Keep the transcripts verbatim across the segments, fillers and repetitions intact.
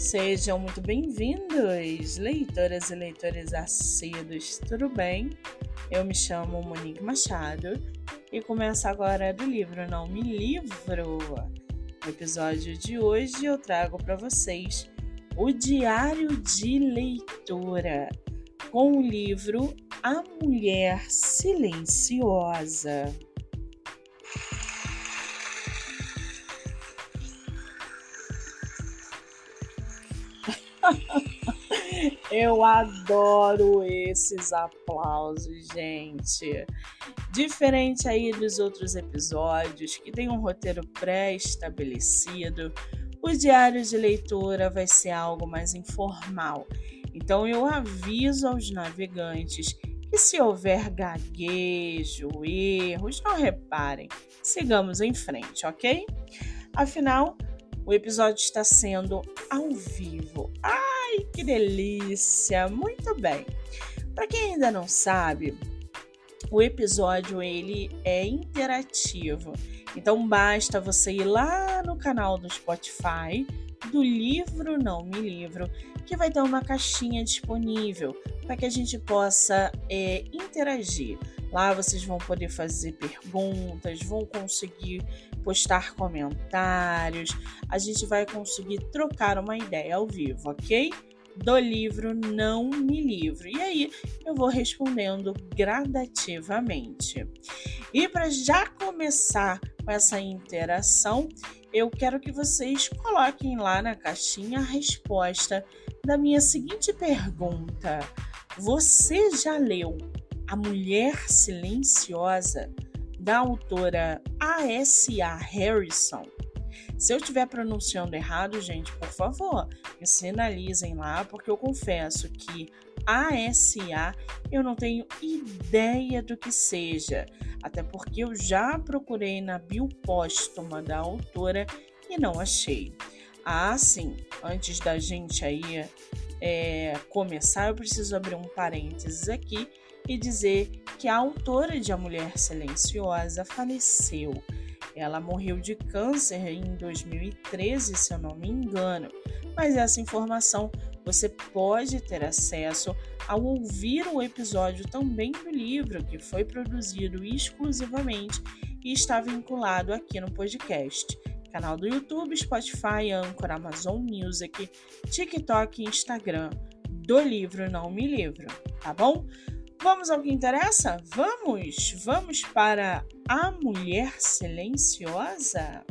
Sejam muito bem-vindos, leitoras e leitores assíduos, tudo bem? Eu me chamo Monique Machado e começo agora do livro Não Me Livro. No episódio de hoje eu trago para vocês o Diário de Leitura, com o livro A Mulher Silenciosa. Eu adoro esses aplausos, gente. Diferente aí dos outros episódios, que tem um roteiro pré-estabelecido, o diário de leitura vai ser algo mais informal. Então eu aviso aos navegantes que se houver gaguejo, erros, não reparem. Sigamos em frente, ok? Afinal, o episódio está sendo ao vivo. Ai, que delícia! Muito bem. Para quem ainda não sabe, o episódio ele é interativo. Então basta você ir lá no canal do Spotify do Livro Não Me Livro, que vai ter uma caixinha disponível para que a gente possa é, interagir. Lá vocês vão poder fazer perguntas, vão conseguir postar comentários, a gente vai conseguir trocar uma ideia ao vivo, ok? Do livro Não Me Livro. E aí eu vou respondendo gradativamente. E para já começar com essa interação, eu quero que vocês coloquem lá na caixinha a resposta da minha seguinte pergunta. Você já leu A Mulher Silenciosa, da autora A S A Harrison? Se eu estiver pronunciando errado, gente, por favor, me sinalizem lá, porque eu confesso que A S A eu não tenho ideia do que seja, até porque eu já procurei na bio póstuma da autora e não achei. Ah, sim, antes da gente aí é, começar, eu preciso abrir um parênteses aqui e dizer que a autora de A Mulher Silenciosa faleceu. Ela morreu de câncer em dois mil e treze, se eu não me engano. Mas essa informação você pode ter acesso ao ouvir o episódio também do livro, que foi produzido exclusivamente e está vinculado aqui no podcast. Canal do YouTube, Spotify, Anchor, Amazon Music, TikTok e Instagram do Livro Não Me Livro, tá bom? Vamos ao que interessa? Vamos! Vamos para A Mulher Silenciosa?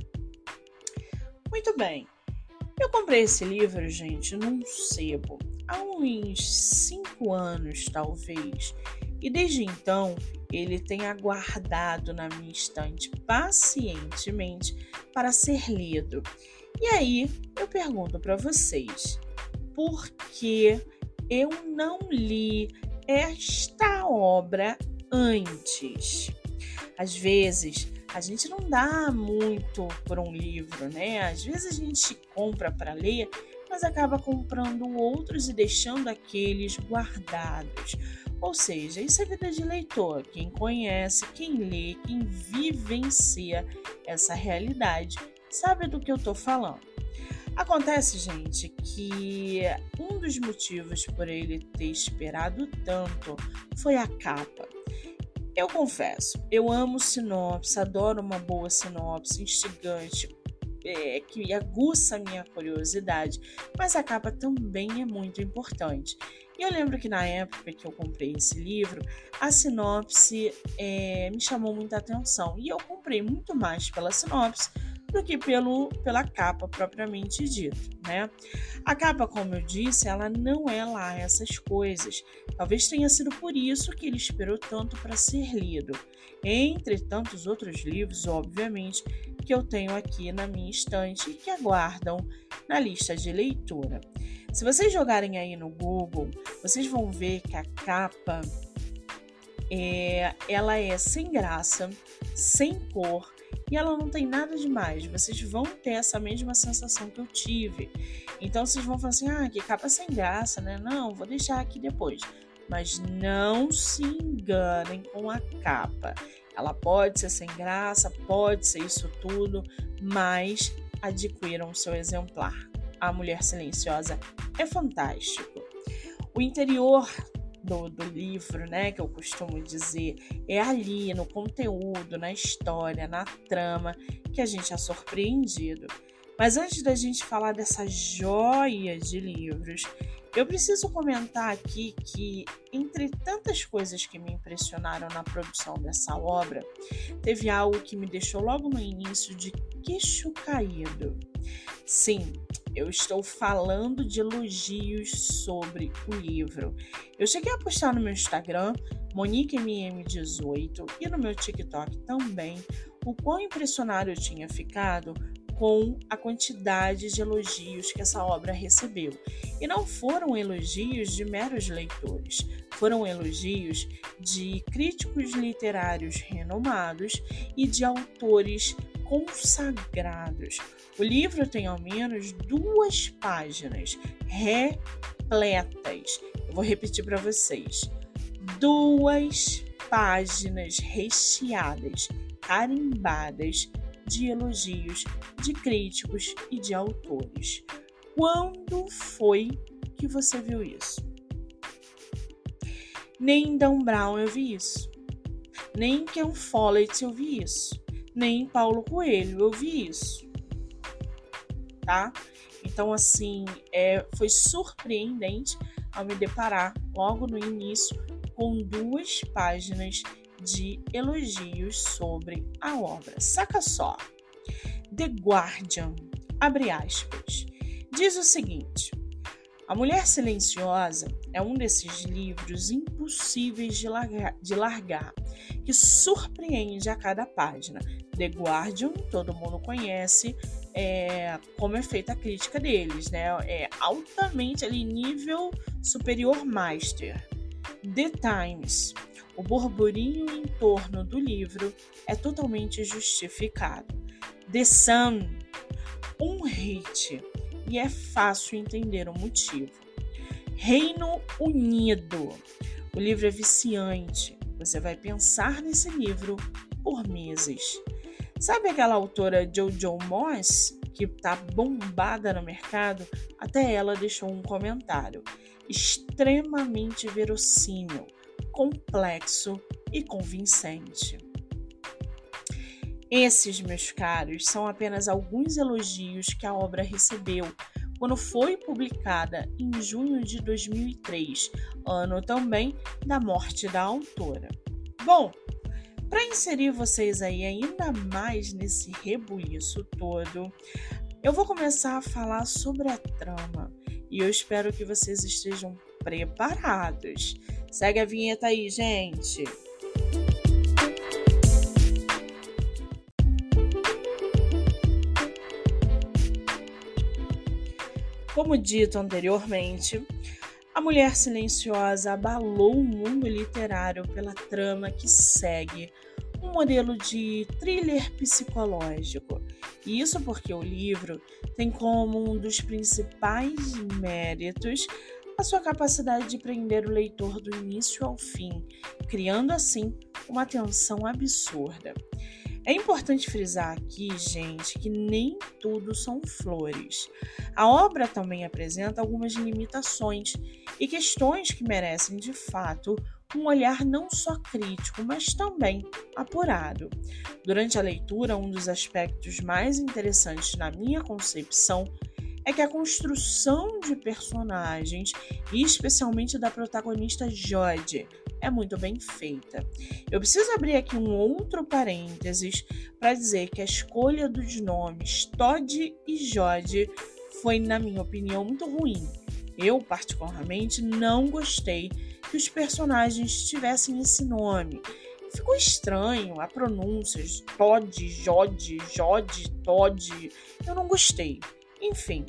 Muito bem. Eu comprei esse livro, gente, num sebo, há uns cinco anos, talvez. E desde então, ele tem aguardado na minha estante pacientemente para ser lido. E aí, eu pergunto para vocês, por que eu não li esta obra antes? Às vezes, a gente não dá muito por um livro, né? Às vezes a gente compra para ler, mas acaba comprando outros e deixando aqueles guardados. Ou seja, isso é vida de leitor. Quem conhece, quem lê, quem vivencia essa realidade, sabe do que eu estou falando. Acontece, gente, que um dos motivos por ele ter esperado tanto foi a capa. Eu confesso, eu amo sinopse, adoro uma boa sinopse, instigante, é, que aguça a minha curiosidade, mas a capa também é muito importante. E eu lembro que na época que eu comprei esse livro, a sinopse é, me chamou muita atenção, e eu comprei muito mais pela sinopse do que pelo, pela capa propriamente dita, né? A capa, como eu disse, ela não é lá essas coisas. Talvez tenha sido por isso que ele esperou tanto para ser lido. Entre tantos outros livros, obviamente, que eu tenho aqui na minha estante e que aguardam na lista de leitura. Se vocês jogarem aí no Google, vocês vão ver que a capa é, ela é sem graça, sem cor, e ela não tem nada demais. Vocês vão ter essa mesma sensação que eu tive. Então vocês vão falar assim, ah, que capa sem graça, né? Não, vou deixar aqui depois. Mas não se enganem com a capa. Ela pode ser sem graça, pode ser isso tudo, mas adquiram o seu exemplar. A Mulher Silenciosa é fantástico. O interior do, do livro, né, que eu costumo dizer, é ali no conteúdo, na história, na trama, que a gente é surpreendido. Mas antes da gente falar dessa joia de livros, eu preciso comentar aqui que, entre tantas coisas que me impressionaram na produção dessa obra, teve algo que me deixou logo no início de queixo caído. Sim, eu estou falando de elogios sobre o livro. Eu cheguei a postar no meu Instagram, Monique M M dezoito, e no meu TikTok também, o quão impressionado eu tinha ficado com a quantidade de elogios que essa obra recebeu. E não foram elogios de meros leitores, foram elogios de críticos literários renomados e de autores consagrados. O livro tem ao menos duas páginas repletas. Eu vou repetir para vocês. Duas páginas recheadas, carimbadas de elogios de críticos e de autores. Quando foi que você viu isso? Nem em Dan Brown eu vi isso. Nem em Ken Follett eu vi isso. Nem em Paulo Coelho eu vi isso. Tá? Então, assim, é, foi surpreendente ao me deparar logo no início com duas páginas de elogios sobre a obra. Saca só. The Guardian, abre aspas, diz o seguinte: A Mulher Silenciosa é um desses livros impossíveis de largar, de largar, que surpreende a cada página. The Guardian, todo mundo conhece é, como é feita a crítica deles, né? É altamente ali, nível superior master. The Times, o burburinho em torno do livro é totalmente justificado. The Sun, um hit, e é fácil entender o motivo. Reino Unido, o livro é viciante, você vai pensar nesse livro por meses. Sabe aquela autora Jojo Moyes, que está bombada no mercado? Até ela deixou um comentário extremamente verossímil, complexo e convincente. Esses, meus caros, são apenas alguns elogios que a obra recebeu quando foi publicada em junho de dois mil e três, ano também da morte da autora. Bom, para inserir vocês aí ainda mais nesse rebuliço todo, eu vou começar a falar sobre a trama e eu espero que vocês estejam preparados. Segue a vinheta aí, gente! Como dito anteriormente, A Mulher Silenciosa abalou o mundo literário pela trama que segue um modelo de thriller psicológico. E isso porque o livro tem como um dos principais méritos a sua capacidade de prender o leitor do início ao fim, criando assim uma tensão absurda. É importante frisar aqui, gente, que nem tudo são flores. A obra também apresenta algumas limitações e questões que merecem, de fato, um olhar não só crítico, mas também apurado. Durante a leitura, um dos aspectos mais interessantes na minha concepção é que a construção de personagens, e especialmente da protagonista Jodie, é muito bem feita. Eu preciso abrir aqui um outro parênteses para dizer que a escolha dos nomes Todd e Jodie foi, na minha opinião, muito ruim. Eu, particularmente, não gostei que os personagens tivessem esse nome. Ficou estranho a pronúncia, Todd, Jodie, Jodie, Todd. Eu não gostei. Enfim,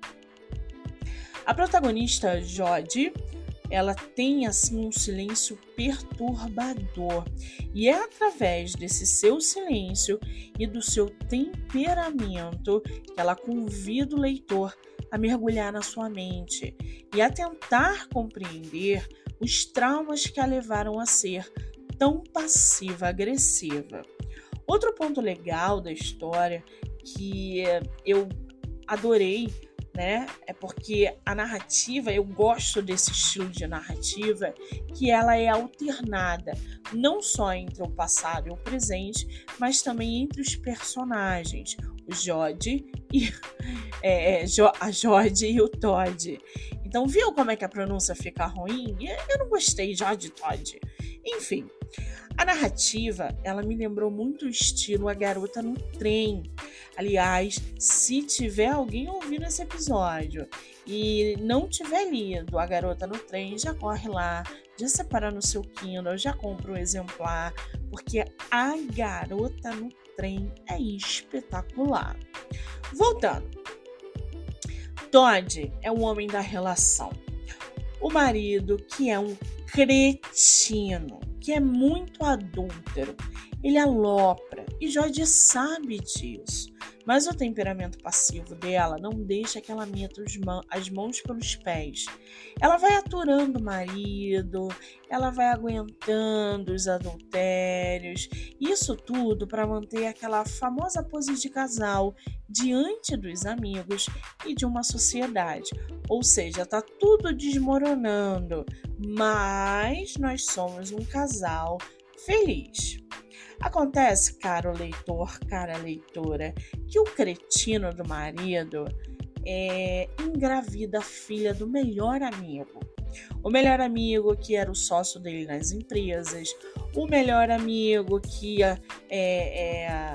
a protagonista Jodie, ela tem assim um silêncio perturbador e é através desse seu silêncio e do seu temperamento que ela convida o leitor a mergulhar na sua mente e a tentar compreender os traumas que a levaram a ser tão passiva-agressiva. Outro ponto legal da história que eu adorei né? É porque a narrativa, eu gosto desse estilo de narrativa, que ela é alternada, não só entre o passado e o presente, mas também entre os personagens, o Jody e é, a Jody e o Todd. Então, viu como é que a pronúncia fica ruim? Eu não gostei, Jody e Todd. Enfim, a narrativa, ela me lembrou muito o estilo A Garota no Trem. Aliás, se tiver alguém ouvindo esse episódio e não tiver lido A Garota no Trem, já corre lá, já separa no seu Kindle, já compra um exemplar, porque A Garota no Trem é espetacular. Voltando, Todd é o homem da relação. O marido que é um cretino, que é muito adúltero, ele alopra e Jody sabe disso, mas o temperamento passivo dela não deixa que ela meta as mãos pelos pés. Ela vai aturando o marido, ela vai aguentando os adultérios, isso tudo para manter aquela famosa pose de casal diante dos amigos e de uma sociedade. Ou seja, tá tudo desmoronando, mas nós somos um casal feliz. Acontece, caro leitor, cara leitora, que o cretino do marido é, engravida a filha do melhor amigo. O melhor amigo que era o sócio dele nas empresas, o melhor amigo que é, é,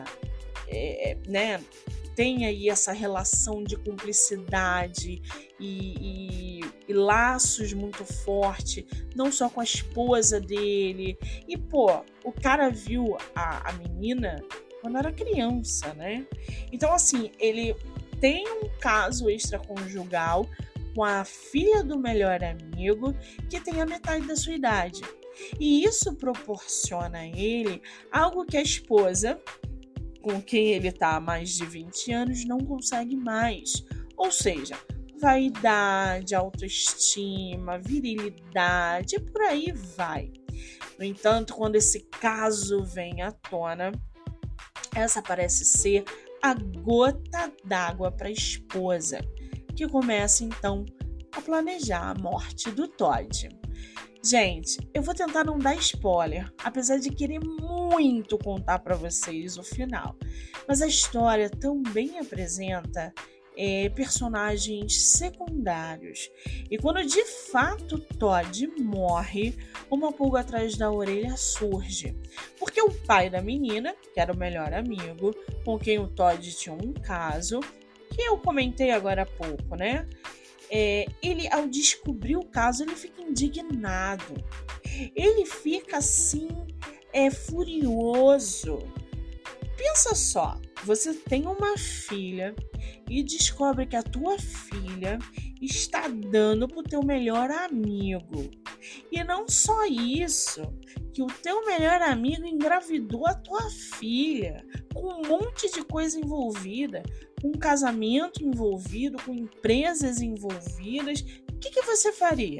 é, né, tem aí essa relação de cumplicidade e, e, e laços muito fortes, não só com a esposa dele. E, pô, o cara viu a, a menina quando era criança, né? Então, assim, ele tem um caso extraconjugal com a filha do melhor amigo que tem a metade da sua idade. E isso proporciona a ele algo que a esposa, com quem ele está há mais de vinte anos, não consegue mais. Ou seja, vaidade, autoestima, virilidade, por aí vai. No entanto, quando esse caso vem à tona, essa parece ser a gota d'água para a esposa, que começa então a planejar a morte do Todd. Gente, eu vou tentar não dar spoiler, apesar de querer muito contar para vocês o final. Mas a história também apresenta é, personagens secundários. E quando de fato Todd morre, uma pulga atrás da orelha surge. Porque o pai da menina, que era o melhor amigo, com quem o Todd tinha um caso, que eu comentei agora há pouco, né? É, ele, ao descobrir o caso, ele fica indignado. Ele fica assim, é, furioso. Pensa só, você tem uma filha e descobre que a tua filha está dando pro teu melhor amigo. E não só isso, que o teu melhor amigo engravidou a tua filha, com um monte de coisa envolvida, com um casamento envolvido, com empresas envolvidas. O que, que você faria?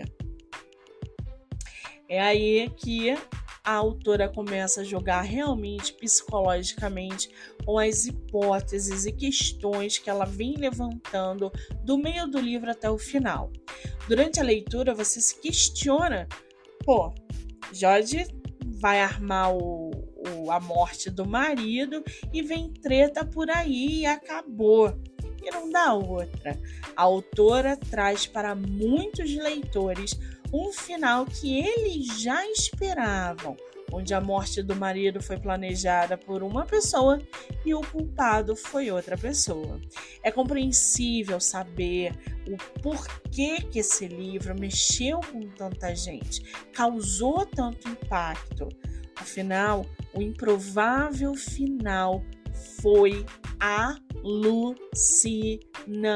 É aí que a autora começa a jogar realmente psicologicamente com as hipóteses e questões que ela vem levantando do meio do livro até o final. Durante a leitura, você se questiona, pô, Jorge vai armar o, o, a morte do marido e vem treta por aí e acabou. E não dá outra. A autora traz para muitos leitores um final que eles já esperavam, onde a morte do marido foi planejada por uma pessoa e o culpado foi outra pessoa. É compreensível saber o porquê que esse livro mexeu com tanta gente, causou tanto impacto. Afinal, o improvável final foi alucinante.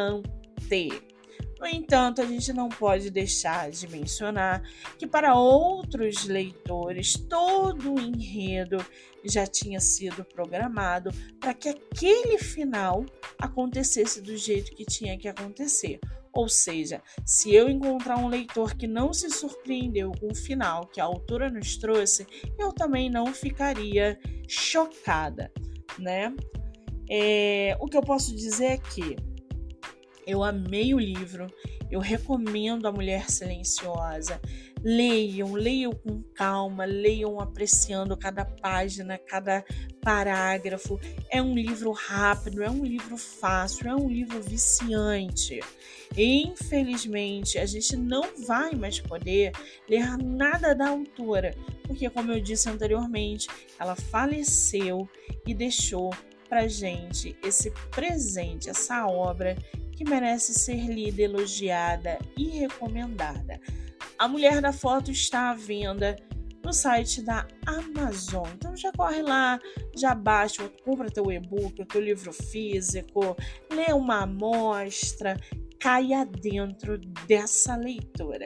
No entanto, a gente não pode deixar de mencionar que para outros leitores todo o enredo já tinha sido programado para que aquele final acontecesse do jeito que tinha que acontecer. Ou seja, se eu encontrar um leitor que não se surpreendeu com o final que a autora nos trouxe, eu também não ficaria chocada, né? É, o que eu posso dizer é que Eu amei o livro, eu recomendo A Mulher Silenciosa. Leiam, leiam com calma, leiam apreciando cada página, cada parágrafo. É um livro rápido, é um livro fácil, é um livro viciante. E, infelizmente, a gente não vai mais poder ler nada da autora, porque, como eu disse anteriormente, ela faleceu e deixou pra gente esse presente, essa obra que merece ser lida, elogiada e recomendada. A Mulher da Foto está à venda no site da Amazon. Então já corre lá, já baixa, compra teu e-book, o teu livro físico, lê uma amostra, caia dentro dessa leitura.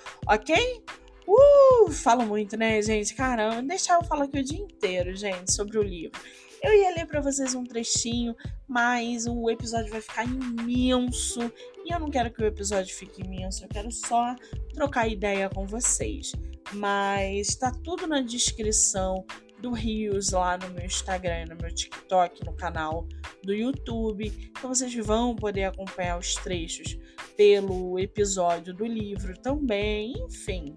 Ok? Uh, falo muito, né, gente? Caramba, deixa eu falar aqui o dia inteiro, gente, sobre o livro. Eu ia ler para vocês um trechinho, mas o episódio vai ficar imenso. E eu não quero que o episódio fique imenso, eu quero só trocar ideia com vocês. Mas tá tudo na descrição do Rios lá no meu Instagram, no meu TikTok, no canal do YouTube. Então vocês vão poder acompanhar os trechos pelo episódio do livro também, enfim.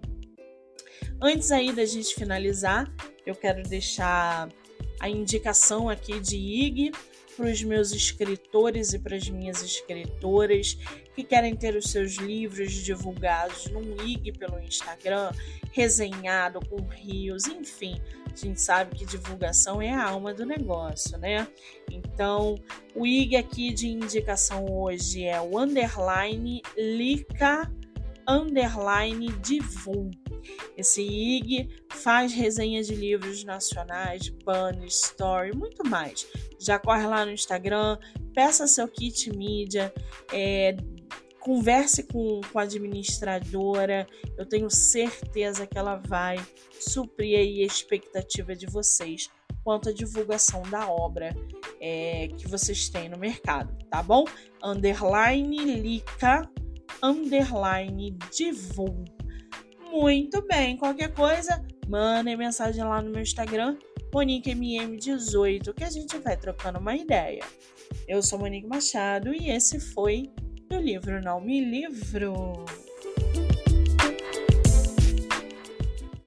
Antes aí da gente finalizar, eu quero deixar a indicação aqui de I G para os meus escritores e para as minhas escritoras que querem ter os seus livros divulgados num I G pelo Instagram, resenhado com rios, enfim. A gente sabe que divulgação é a alma do negócio, né? Então, o I G aqui de indicação hoje é o underline Lica underline Divul. Esse I G faz resenha de livros nacionais, banner, story, muito mais. Já corre lá no Instagram, peça seu kit mídia, é, converse com, com a administradora. Eu tenho certeza que ela vai suprir aí a expectativa de vocês quanto à divulgação da obra é, que vocês têm no mercado, tá bom? Underline Lica, underline Divul. Muito bem, qualquer coisa, mandem mensagem lá no meu Instagram, Monique M M dezoito, que a gente vai trocando uma ideia. Eu sou Monique Machado e esse foi o livro Não Me Livro.